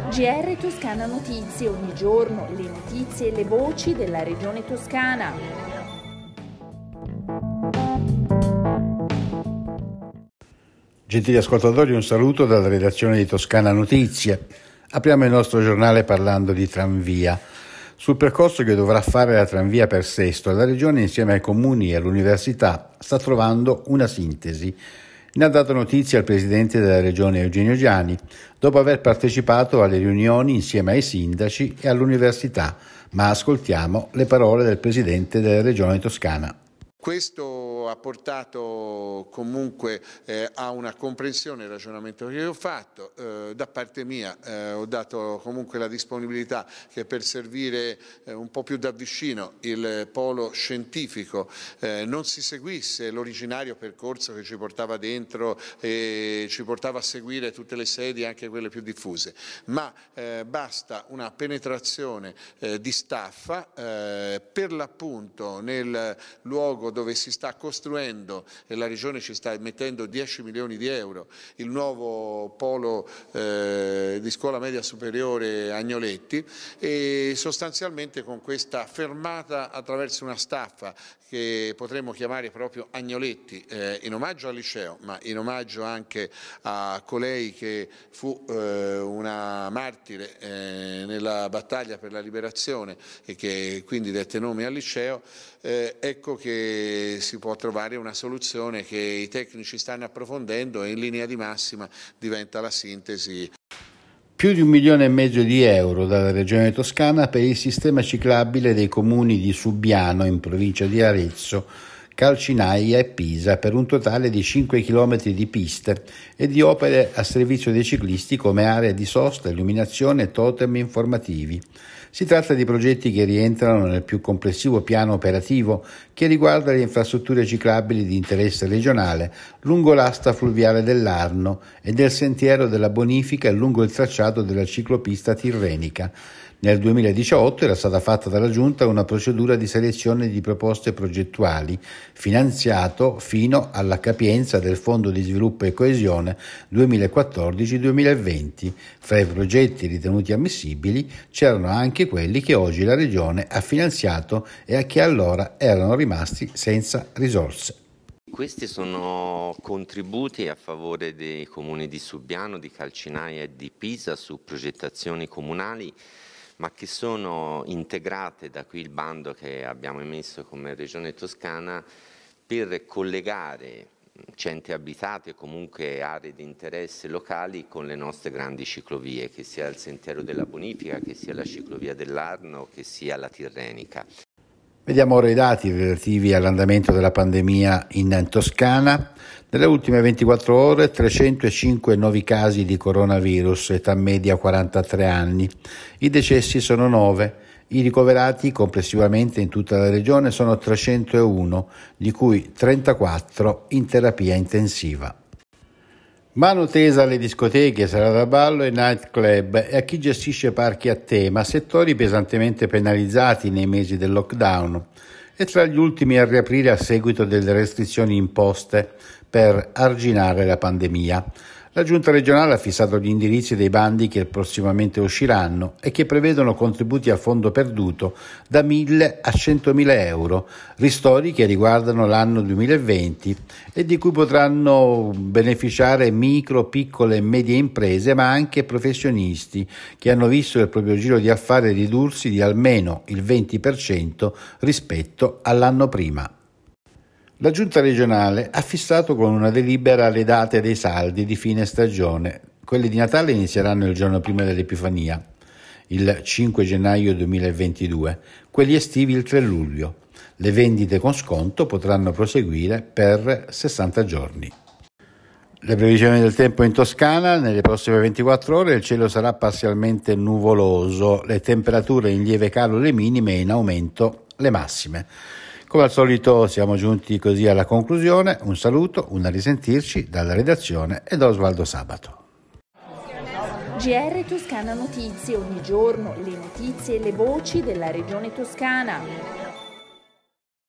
GR Toscana Notizie, ogni giorno le notizie e le voci della regione toscana. Gentili ascoltatori, un saluto dalla redazione di Toscana Notizie. Apriamo il nostro giornale parlando di tranvia. Sul percorso che dovrà fare la tranvia per Sesto, la Regione insieme ai comuni e all'università sta trovando una sintesi. Ne ha dato notizia il presidente della Regione Eugenio Giani, dopo aver partecipato alle riunioni insieme ai sindaci e all'università, ma ascoltiamo le parole del presidente della Regione Toscana. Questo ha portato comunque a una comprensione del ragionamento che ho fatto. Da parte mia ho dato comunque la disponibilità che per servire un po' più da vicino il polo scientifico non si seguisse l'originario percorso che ci portava dentro e ci portava a seguire tutte le sedi, anche quelle più diffuse, ma basta una penetrazione di staffa per l'appunto nel luogo dove si sta costruendo e la Regione ci sta mettendo 10 milioni di euro, il nuovo polo di scuola media superiore Agnoletti, e sostanzialmente con questa fermata attraverso una staffa che potremmo chiamare proprio Agnoletti, in omaggio al liceo, ma in omaggio anche a colei che fu una martire nella battaglia per la liberazione e che quindi dette nome al liceo. Ecco che si può trovare una soluzione che i tecnici stanno approfondendo e in linea di massima diventa la sintesi. Più di 1,5 milioni di euro dalla Regione Toscana per il sistema ciclabile dei comuni di Subiano, in provincia di Arezzo, Calcinaia e Pisa, per un totale di 5 km di piste e di opere a servizio dei ciclisti come area di sosta, illuminazione e totem informativi. Si tratta di progetti che rientrano nel più complessivo piano operativo che riguarda le infrastrutture ciclabili di interesse regionale lungo l'asta fluviale dell'Arno e del sentiero della bonifica e lungo il tracciato della ciclopista tirrenica. Nel 2018 era stata fatta dalla Giunta una procedura di selezione di proposte progettuali, finanziato fino alla capienza del Fondo di Sviluppo e Coesione 2014-2020. Fra i progetti ritenuti ammissibili c'erano anche quelli che oggi la Regione ha finanziato e a che allora erano rimasti senza risorse. Questi sono contributi a favore dei comuni di Subiano, di Calcinaia e di Pisa su progettazioni comunali, ma che sono integrate da qui il bando che abbiamo emesso come Regione Toscana per collegare centri abitati e comunque aree di interesse locali con le nostre grandi ciclovie, che sia il sentiero della bonifica, che sia la ciclovia dell'Arno, che sia la Tirrenica. Vediamo ora i dati relativi all'andamento della pandemia in Toscana. Nelle ultime 24 ore 305 nuovi casi di coronavirus, età media 43 anni. I decessi sono 9. I ricoverati complessivamente in tutta la regione sono 301, di cui 34 in terapia intensiva. Mano tesa alle discoteche, sala da ballo e nightclub e a chi gestisce parchi a tema, settori pesantemente penalizzati nei mesi del lockdown e tra gli ultimi a riaprire a seguito delle restrizioni imposte per arginare la pandemia. La Giunta regionale ha fissato gli indirizzi dei bandi che prossimamente usciranno e che prevedono contributi a fondo perduto da 1.000 a 100.000 euro, ristori che riguardano l'anno 2020 e di cui potranno beneficiare micro, piccole e medie imprese, ma anche professionisti che hanno visto il proprio giro di affari ridursi di almeno il 20% rispetto all'anno prima. La Giunta regionale ha fissato con una delibera le date dei saldi di fine stagione. Quelli di Natale inizieranno il giorno prima dell'Epifania, il 5 gennaio 2022, quelli estivi il 3 luglio. Le vendite con sconto potranno proseguire per 60 giorni. Le previsioni del tempo in Toscana: nelle prossime 24 ore il cielo sarà parzialmente nuvoloso, le temperature in lieve calo le minime e in aumento le massime. Come al solito siamo giunti così alla conclusione. Un saluto, un a risentirci dalla redazione e da Osvaldo Sabato. GR Toscana Notizie, ogni giorno le notizie e le voci della regione toscana.